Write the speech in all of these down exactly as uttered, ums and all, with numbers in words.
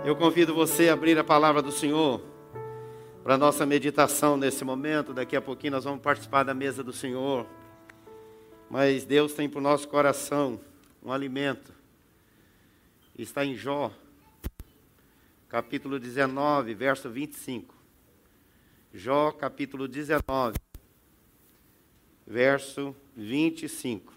Eu convido você a abrir a palavra do Senhor para a nossa meditação nesse momento. Daqui a pouquinho nós vamos participar da mesa do Senhor. Mas Deus tem para o nosso coração um alimento. Está em Jó, capítulo dezenove, verso vinte e cinco. Jó, capítulo dezenove, verso vinte e cinco.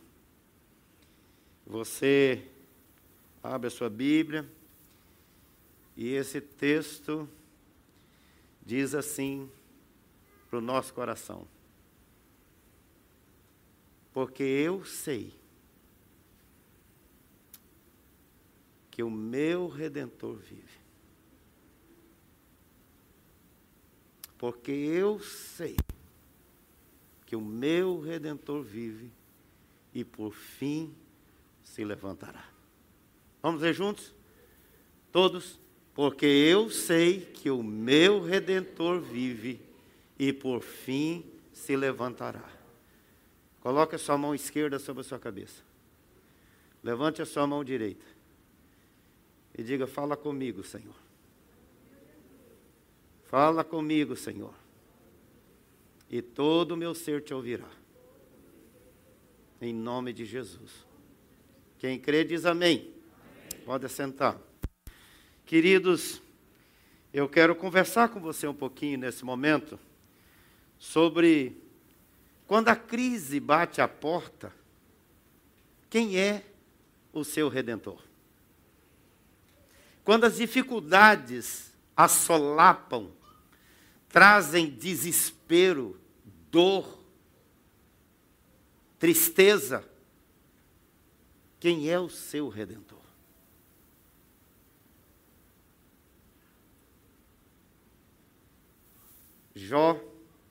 Você abre a sua Bíblia. E esse texto diz assim para o nosso coração: porque eu sei que o meu Redentor vive. Porque eu sei que o meu Redentor vive e por fim se levantará. Vamos ver juntos? Todos? Porque eu sei que o meu Redentor vive e por fim se levantará. Coloque a sua mão esquerda sobre a sua cabeça. Levante a sua mão direita. E diga: fala comigo, Senhor. Fala comigo, Senhor. E todo o meu ser te ouvirá. Em nome de Jesus. Quem crê diz amém. Amém. Pode sentar. Queridos, eu quero conversar com você um pouquinho nesse momento sobre quando a crise bate à porta, quem é o seu Redentor? Quando as dificuldades assolapam, trazem desespero, dor, tristeza, quem é o seu Redentor? Jó,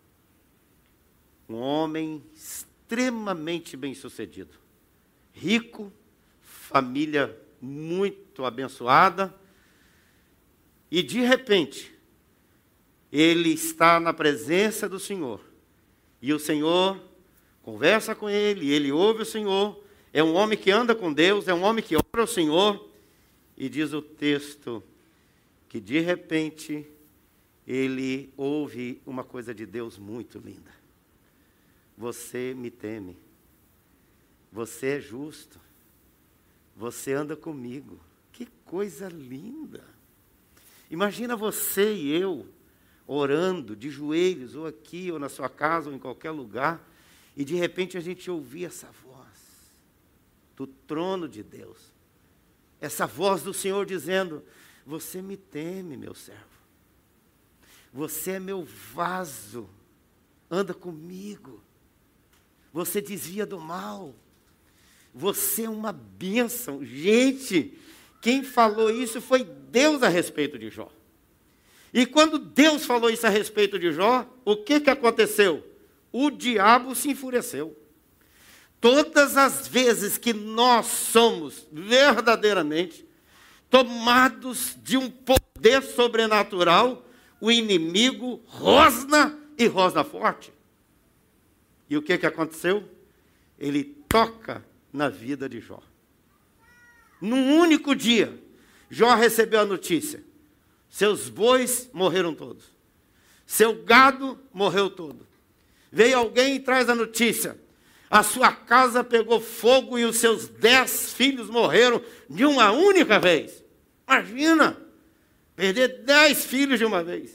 um homem extremamente bem-sucedido, rico, família muito abençoada, e de repente, ele está na presença do Senhor, e o Senhor conversa com ele, ele ouve o Senhor, é um homem que anda com Deus, é um homem que ora ao Senhor, e diz o texto que de repente ele ouve uma coisa de Deus muito linda. Você me teme. Você é justo. Você anda comigo. Que coisa linda. Imagina você e eu orando de joelhos, ou aqui, ou na sua casa, ou em qualquer lugar, e de repente a gente ouvir essa voz do trono de Deus. Essa voz do Senhor dizendo: você me teme, meu servo. Você é meu vaso, anda comigo. Você desvia do mal. Você é uma bênção. Gente, quem falou isso foi Deus a respeito de Jó. E quando Deus falou isso a respeito de Jó, o que, que aconteceu? O diabo se enfureceu. Todas as vezes que nós somos verdadeiramente tomados de um poder sobrenatural, o inimigo rosna e rosna forte. E o que, que aconteceu? Ele toca na vida de Jó. Num único dia, Jó recebeu a notícia: seus bois morreram todos. Seu gado morreu todo. Veio alguém e traz a notícia: a sua casa pegou fogo e os seus dez filhos morreram de uma única vez. Imagina! Perder dez filhos de uma vez.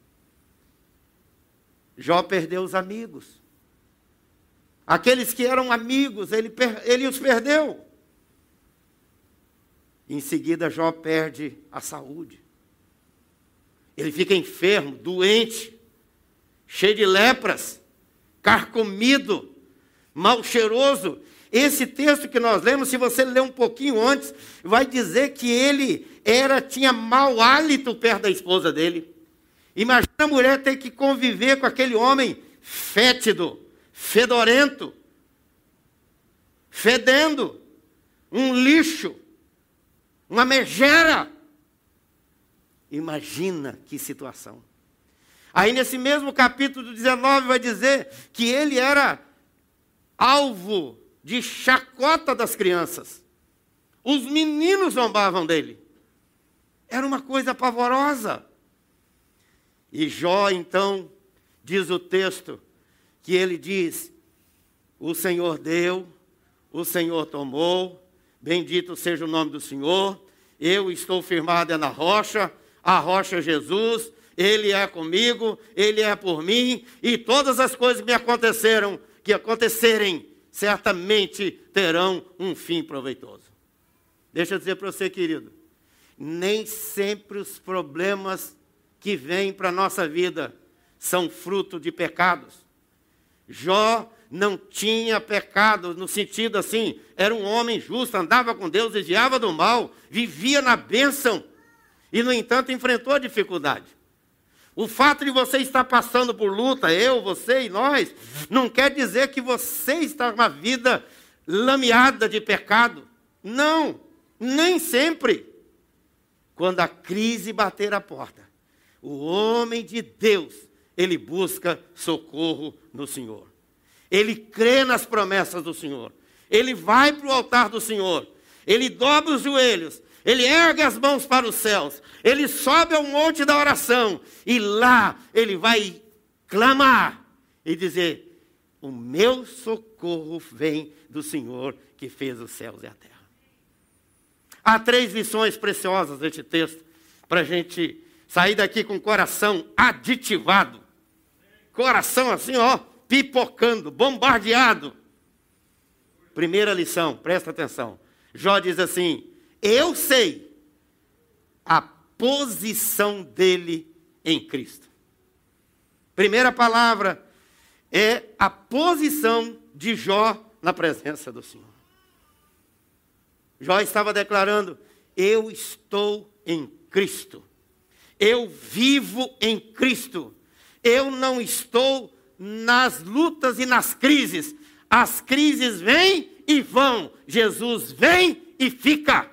Jó perdeu os amigos. Aqueles que eram amigos, ele, ele os perdeu. Em seguida, Jó perde a saúde. Ele fica enfermo, doente, cheio de lepras, carcomido, mal cheiroso. Esse texto que nós lemos, se você ler um pouquinho antes, vai dizer que ele era, tinha mau hálito perto da esposa dele. Imagina a mulher ter que conviver com aquele homem fétido, fedorento, fedendo, um lixo, uma megera. Imagina que situação. Aí nesse mesmo capítulo dezenove vai dizer que ele era alvo de chacota das crianças. Os meninos zombavam dele. Era uma coisa pavorosa. E Jó, então, diz o texto, que ele diz, o Senhor deu, o Senhor tomou, bendito seja o nome do Senhor, eu estou firmado na rocha, a rocha é Jesus, Ele é comigo, Ele é por mim, e todas as coisas que me aconteceram, que acontecerem, certamente terão um fim proveitoso. Deixa eu dizer para você, querido, nem sempre os problemas que vêm para a nossa vida são fruto de pecados. Jó não tinha pecado no sentido assim, era um homem justo, andava com Deus, desviava do mal, vivia na bênção e, no entanto, enfrentou a dificuldade. O fato de você estar passando por luta, eu, você e nós, não quer dizer que você está numa vida lameada de pecado. Não, nem sempre. Quando a crise bater a porta, o homem de Deus, ele busca socorro no Senhor. Ele crê nas promessas do Senhor. Ele vai para o altar do Senhor. Ele dobra os joelhos. Ele ergue as mãos para os céus. Ele sobe ao monte da oração. E lá ele vai clamar e dizer, o meu socorro vem do Senhor que fez os céus e a terra. Há três lições preciosas neste texto para a gente sair daqui com o coração aditivado. Coração assim, ó, pipocando, bombardeado. Primeira lição, presta atenção. Jó diz assim, eu sei a posição dele em Cristo. Primeira palavra é a posição de Jó na presença do Senhor. Jó estava declarando, eu estou em Cristo. Eu vivo em Cristo. Eu não estou nas lutas e nas crises. As crises vêm e vão. Jesus vem e fica.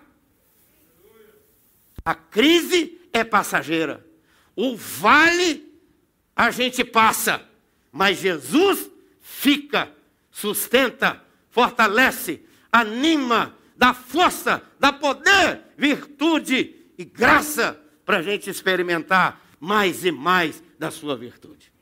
A crise é passageira. O vale a gente passa. Mas Jesus fica, sustenta, fortalece, anima, dá força, dá poder, virtude e graça para a gente experimentar mais e mais da sua virtude.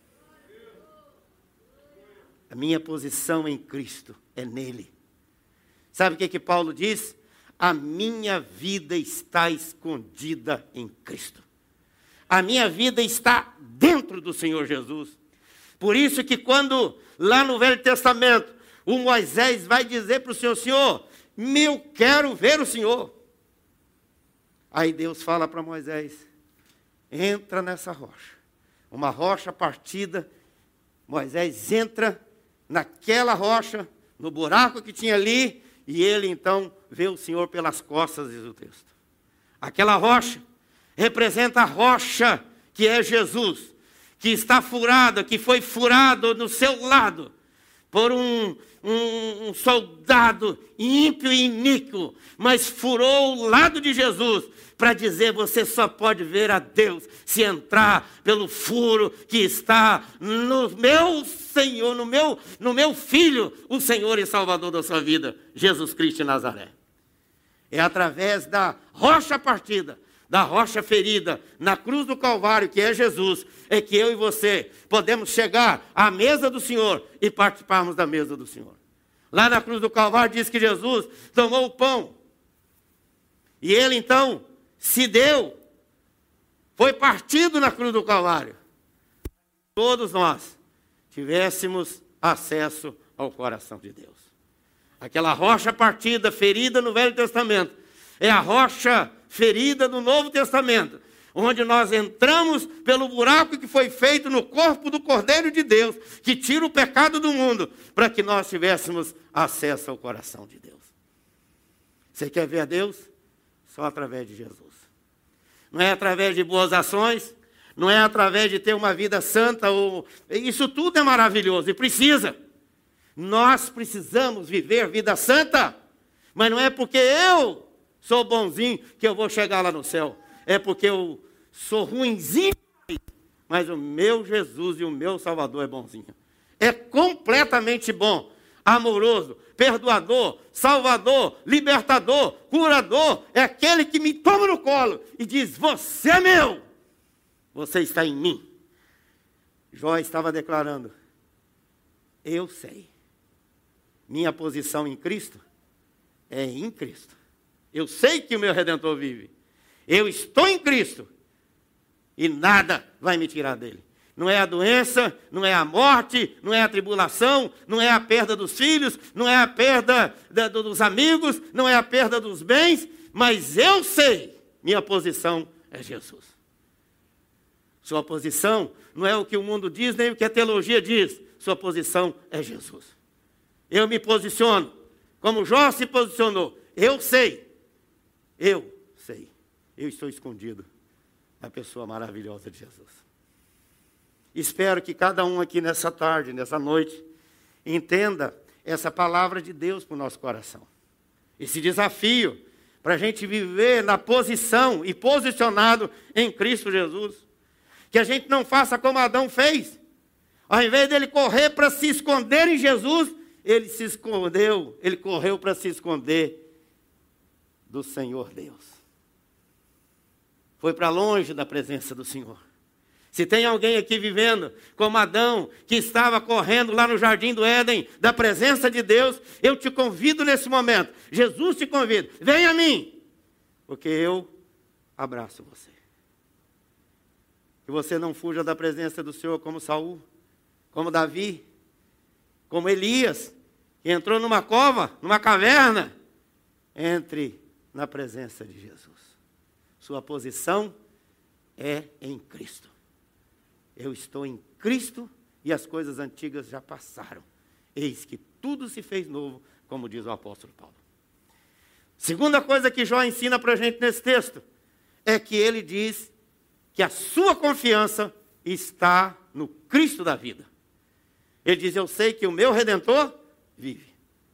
A minha posição em Cristo é nele. Sabe o que que Paulo diz? A minha vida está escondida em Cristo. A minha vida está dentro do Senhor Jesus. Por isso que quando, lá no Velho Testamento, o Moisés vai dizer para o Senhor, Senhor, eu quero ver o Senhor. Aí Deus fala para Moisés, entra nessa rocha. Uma rocha partida, Moisés entra naquela rocha, no buraco que tinha ali, e ele então vê o Senhor pelas costas, diz o texto. Aquela rocha representa a rocha que é Jesus, que está furada, que foi furado no seu lado, por um, um, um soldado ímpio e iníquo, mas furou o lado de Jesus, para dizer, você só pode ver a Deus se entrar pelo furo que está no meu Senhor, no meu, no meu Filho, o Senhor e Salvador da sua vida, Jesus Cristo de Nazaré. É através da rocha partida, da rocha ferida, na cruz do Calvário, que é Jesus, é que eu e você podemos chegar à mesa do Senhor e participarmos da mesa do Senhor. Lá na cruz do Calvário diz que Jesus tomou o pão, e ele então se deu, foi partido na cruz do Calvário. Todos nós tivéssemos acesso ao coração de Deus. Aquela rocha partida, ferida no Velho Testamento, é a rocha ferida no Novo Testamento, onde nós entramos pelo buraco que foi feito no corpo do Cordeiro de Deus, que tira o pecado do mundo, para que nós tivéssemos acesso ao coração de Deus. Você quer ver a Deus? Só através de Jesus. Não é através de boas ações, não é através de ter uma vida santa, ou... isso tudo é maravilhoso e precisa. Nós precisamos viver vida santa, mas não é porque eu sou bonzinho que eu vou chegar lá no céu. É porque eu sou ruinzinho, mas o meu Jesus e o meu Salvador é bonzinho. É completamente bom, amoroso, perdoador, salvador, libertador, curador. É aquele que me toma no colo e diz: você é meu, você está em mim. Jó estava declarando: eu sei, minha posição em Cristo é em Cristo. Eu sei que o meu Redentor vive. Eu estou em Cristo e nada vai me tirar dele. Não é a doença, não é a morte, não é a tribulação, não é a perda dos filhos, não é a perda da, dos amigos, não é a perda dos bens, mas eu sei, minha posição é Jesus. Sua posição não é o que o mundo diz, nem o que a teologia diz. Sua posição é Jesus. Eu me posiciono, como Jó se posicionou. Eu sei, eu sei, eu estou escondido na pessoa maravilhosa de Jesus. Espero que cada um aqui nessa tarde, nessa noite, entenda essa palavra de Deus para o nosso coração. Esse desafio para a gente viver na posição e posicionado em Cristo Jesus. Que a gente não faça como Adão fez. Ao invés dele correr para se esconder em Jesus, ele se escondeu, ele correu para se esconder do Senhor Deus. Foi para longe da presença do Senhor. Se tem alguém aqui vivendo como Adão, que estava correndo lá no jardim do Éden, da presença de Deus, eu te convido nesse momento. Jesus te convida, vem a mim, porque eu abraço você. Que você não fuja da presença do Senhor como Saul, como Davi, como Elias, que entrou numa cova, numa caverna. Entre na presença de Jesus. Sua posição é em Cristo. Eu estou em Cristo e as coisas antigas já passaram. Eis que tudo se fez novo, como diz o apóstolo Paulo. Segunda coisa que Jó ensina para a gente nesse texto, é que ele diz que a sua confiança está no Cristo da vida. Ele diz: eu sei que o meu Redentor vive.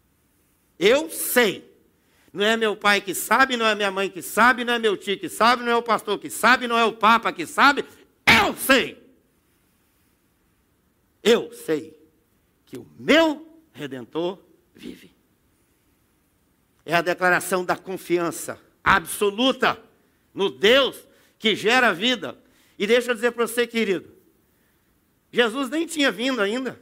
Eu sei. Não é meu pai que sabe, não é minha mãe que sabe, não é meu tio que sabe, não é o pastor que sabe, não é o papa que sabe. Eu sei. Eu sei que o meu Redentor vive. É a declaração da confiança absoluta no Deus que gera vida. E deixa eu dizer para você, querido, Jesus nem tinha vindo ainda.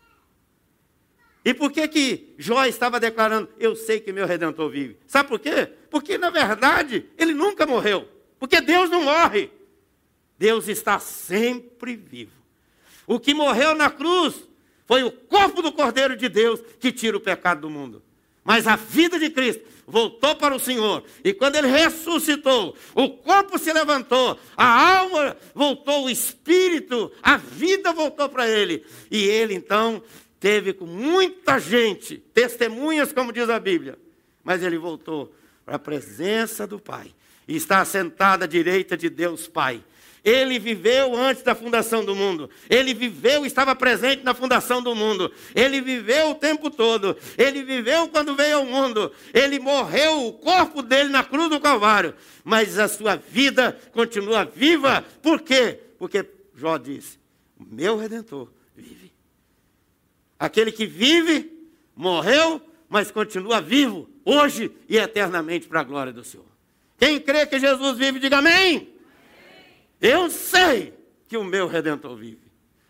E por que que Jó estava declarando: eu sei que meu Redentor vive? Sabe por quê? Porque, na verdade, ele nunca morreu. Porque Deus não morre. Deus está sempre vivo. O que morreu na cruz foi o corpo do Cordeiro de Deus que tira o pecado do mundo. Mas a vida de Cristo voltou para o Senhor. E quando Ele ressuscitou, o corpo se levantou, a alma voltou, o espírito, a vida voltou para Ele. E Ele, então, teve com muita gente, testemunhas, como diz a Bíblia. Mas Ele voltou para a presença do Pai. E está sentado à direita de Deus Pai. Ele viveu antes da fundação do mundo. Ele viveu, estava presente na fundação do mundo. Ele viveu o tempo todo. Ele viveu quando veio ao mundo. Ele morreu, o corpo dele na cruz do Calvário. Mas a sua vida continua viva. Por quê? Porque Jó disse: o meu Redentor vive. Aquele que vive, morreu, mas continua vivo, hoje e eternamente, para a glória do Senhor. Quem crê que Jesus vive, diga amém. Eu sei que o meu Redentor vive.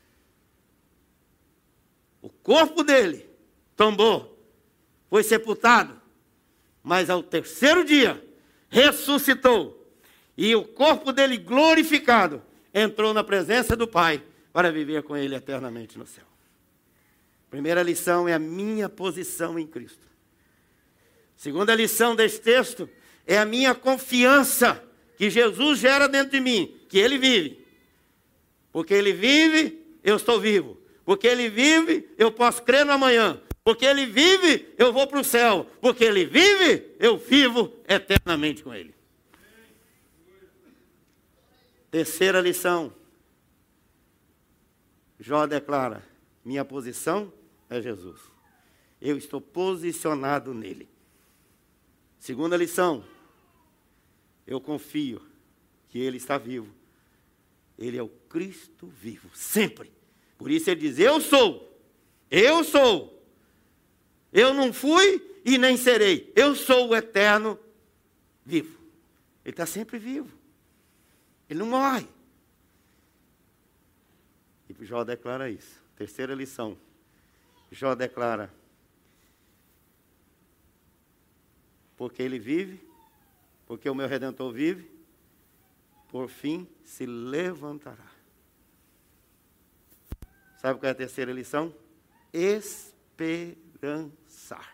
O corpo dele tombou, foi sepultado, mas ao terceiro dia ressuscitou. E o corpo dele glorificado entrou na presença do Pai para viver com ele eternamente no céu. Primeira lição é a minha posição em Cristo. Segunda lição deste texto é a minha confiança que Jesus gera dentro de mim, que Ele vive. Porque Ele vive, eu estou vivo. Porque Ele vive, eu posso crer no amanhã. Porque Ele vive, eu vou para o céu. Porque Ele vive, eu vivo eternamente com Ele. Terceira lição. Jó declara: minha posição é Jesus. Eu estou posicionado nele. Segunda lição. Eu confio que Ele está vivo. Ele é o Cristo vivo, sempre. Por isso Ele diz: eu sou, eu sou. Eu não fui e nem serei. Eu sou o eterno vivo. Ele está sempre vivo. Ele não morre. E Jó declara isso. Terceira lição. Jó declara: porque ele vive, porque o meu Redentor vive, por fim se levantará. Sabe qual é a terceira lição? Esperançar.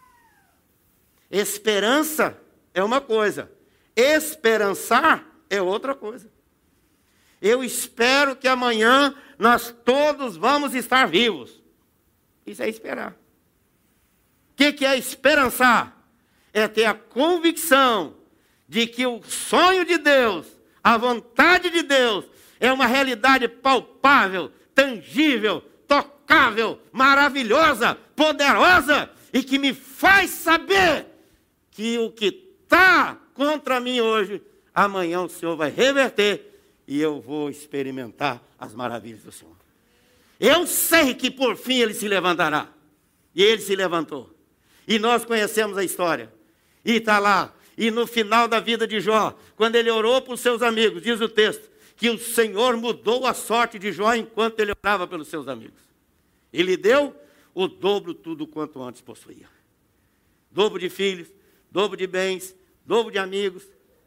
Esperança é uma coisa, esperançar é outra coisa. Eu espero que amanhã nós todos vamos estar vivos. Isso é esperar. O que, que é esperançar? É ter a convicção de que o sonho de Deus, a vontade de Deus, é uma realidade palpável, tangível, tocável, maravilhosa, poderosa, e que me faz saber que o que está contra mim hoje, amanhã o Senhor vai reverter e eu vou experimentar as maravilhas do Senhor. Eu sei que por fim ele se levantará. E ele se levantou. E nós conhecemos a história. E está lá. E no final da vida de Jó, quando ele orou para os seus amigos, diz o texto, que o Senhor mudou a sorte de Jó enquanto ele orava pelos seus amigos. E lhe deu o dobro tudo quanto antes possuía. Dobro de filhos, dobro de bens, dobro de amigos,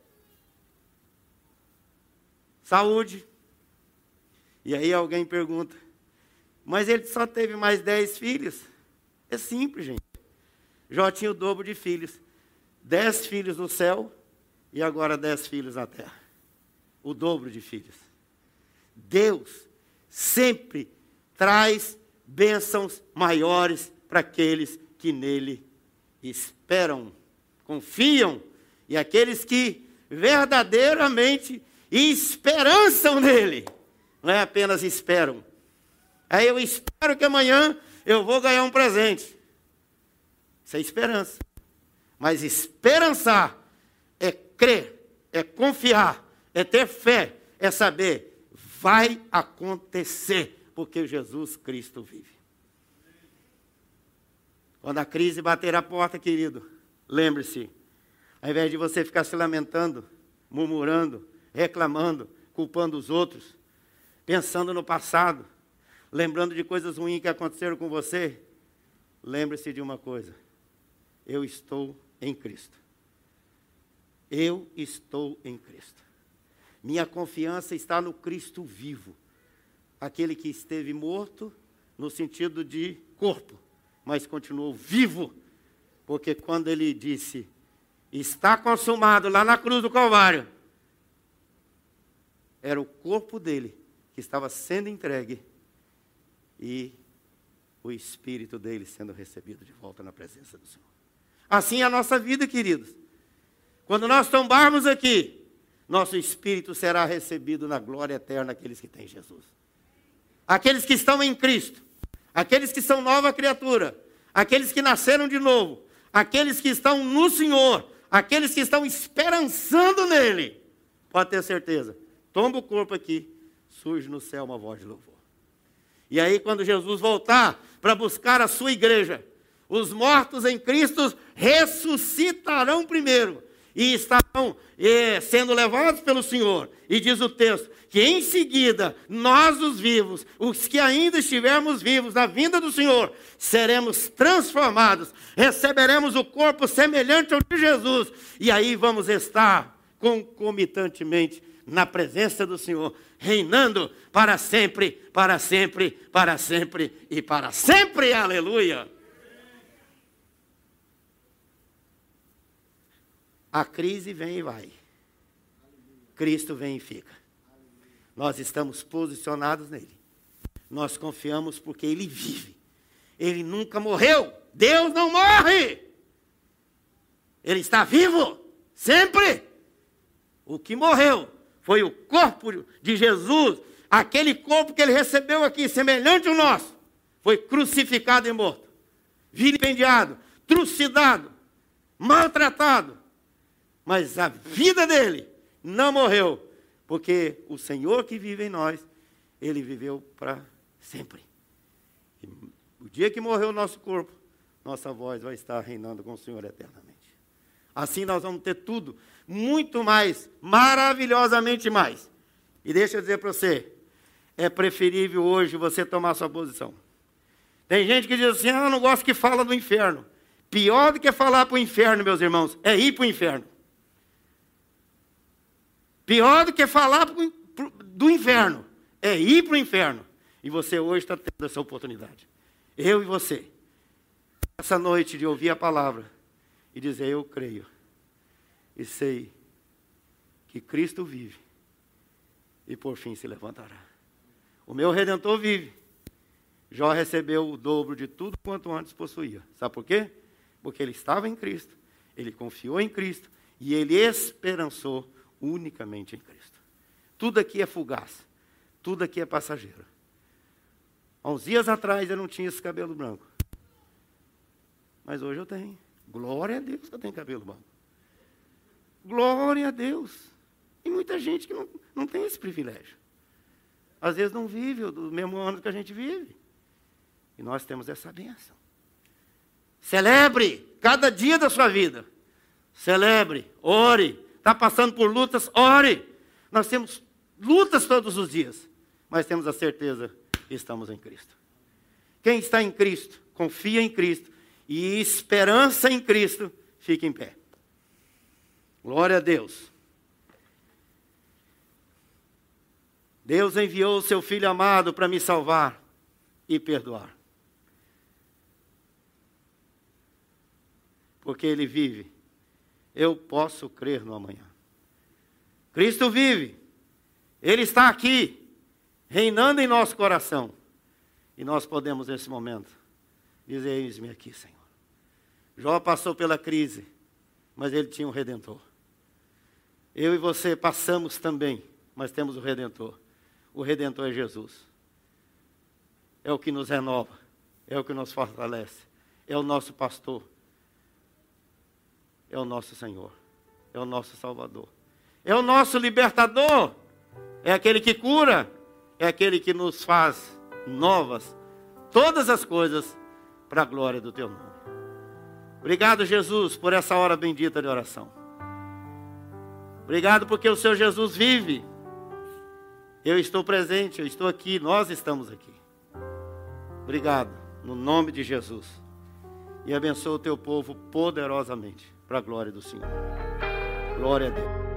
saúde. E aí alguém pergunta, mas ele só teve mais dez filhos? É simples, gente. Jó tinha o dobro de filhos. Dez filhos no céu e agora dez filhos na terra. O dobro de filhos. Deus sempre traz bênçãos maiores para aqueles que nele esperam, confiam, e aqueles que verdadeiramente esperançam nele. Não é apenas esperam. Aí eu espero que amanhã eu vou ganhar um presente. Isso é esperança. Mas esperançar é crer, é confiar, é ter fé, é saber, vai acontecer, porque Jesus Cristo vive. Quando a crise bater a porta, querido, lembre-se, ao invés de você ficar se lamentando, murmurando, reclamando, culpando os outros, pensando no passado, lembrando de coisas ruins que aconteceram com você, lembre-se de uma coisa: eu estou em Cristo. Eu estou em Cristo. Minha confiança está no Cristo vivo. Aquele que esteve morto no sentido de corpo, mas continuou vivo. Porque quando ele disse, está consumado, lá na cruz do Calvário, era o corpo dele que estava sendo entregue e o espírito dele sendo recebido de volta na presença do Senhor. Assim é a nossa vida, queridos. Quando nós tombarmos aqui, nosso espírito será recebido na glória eterna daqueles que têm Jesus. Aqueles que estão em Cristo, aqueles que são nova criatura, aqueles que nasceram de novo, aqueles que estão no Senhor, aqueles que estão esperançando nele, pode ter certeza, tomba o corpo aqui, surge no céu uma voz de louvor. E aí quando Jesus voltar para buscar a sua igreja, os mortos em Cristo ressuscitarão primeiro e estarão eh, sendo levados pelo Senhor. E diz o texto que em seguida, nós os vivos, os que ainda estivermos vivos na vinda do Senhor, seremos transformados, receberemos o corpo semelhante ao de Jesus. E aí vamos estar concomitantemente na presença do Senhor, reinando para sempre, para sempre, para sempre e para sempre. Aleluia! A crise vem e vai. Cristo vem e fica. Nós estamos posicionados nele. Nós confiamos porque ele vive. Ele nunca morreu. Deus não morre. Ele está vivo. Sempre. O que morreu foi o corpo de Jesus. Aquele corpo que ele recebeu aqui, semelhante ao nosso. Foi crucificado e morto. Vilipendiado, trucidado, maltratado. Mas a vida dele não morreu, porque o Senhor que vive em nós, ele viveu para sempre. E o dia que morreu o nosso corpo, nossa voz vai estar reinando com o Senhor eternamente. Assim nós vamos ter tudo, muito mais, maravilhosamente mais. E deixa eu dizer para você, é preferível hoje você tomar sua posição. Tem gente que diz assim, ah, eu não gosto que fala do inferno. Pior do que falar para o inferno, meus irmãos, é ir para o inferno. Pior do que falar pro, pro, do inferno, é ir para o inferno. E você hoje está tendo essa oportunidade. Eu e você. Essa noite de ouvir a palavra e dizer, eu creio. E sei que Cristo vive. E por fim se levantará. O meu Redentor vive. Jó recebeu o dobro de tudo quanto antes possuía. Sabe por quê? Porque ele estava em Cristo, ele confiou em Cristo e ele esperançou unicamente em Cristo. Tudo aqui é fugaz, tudo aqui é passageiro. Há uns dias atrás eu não tinha esse cabelo branco, mas hoje eu tenho. Glória a Deus que eu tenho cabelo branco. Glória a Deus. E muita gente que não, não tem esse privilégio. Às vezes não vive do mesmo ano que a gente vive. E nós temos essa bênção. Celebre cada dia da sua vida. Celebre, ore. Está passando por lutas, ore. Nós temos lutas todos os dias, mas temos a certeza que estamos em Cristo. Quem está em Cristo, confia em Cristo e esperança em Cristo, fica em pé. Glória a Deus. Deus enviou o seu Filho amado para me salvar e perdoar. Porque Ele vive, eu posso crer no amanhã. Cristo vive, Ele está aqui, reinando em nosso coração. E nós podemos, nesse momento, dizer, eis-me aqui, Senhor. Jó passou pela crise, mas ele tinha um Redentor. Eu e você passamos também, mas temos o Redentor. O Redentor é Jesus. É o que nos renova, é o que nos fortalece, é o nosso pastor. É o nosso Senhor, é o nosso Salvador, é o nosso libertador, é aquele que cura, é aquele que nos faz novas, todas as coisas, para a glória do Teu nome. Obrigado, Jesus, por essa hora bendita de oração. Obrigado porque o Senhor Jesus vive. Eu estou presente, eu estou aqui, nós estamos aqui. Obrigado, no nome de Jesus. E abençoa o Teu povo poderosamente. Para a glória do Senhor. Glória a Deus.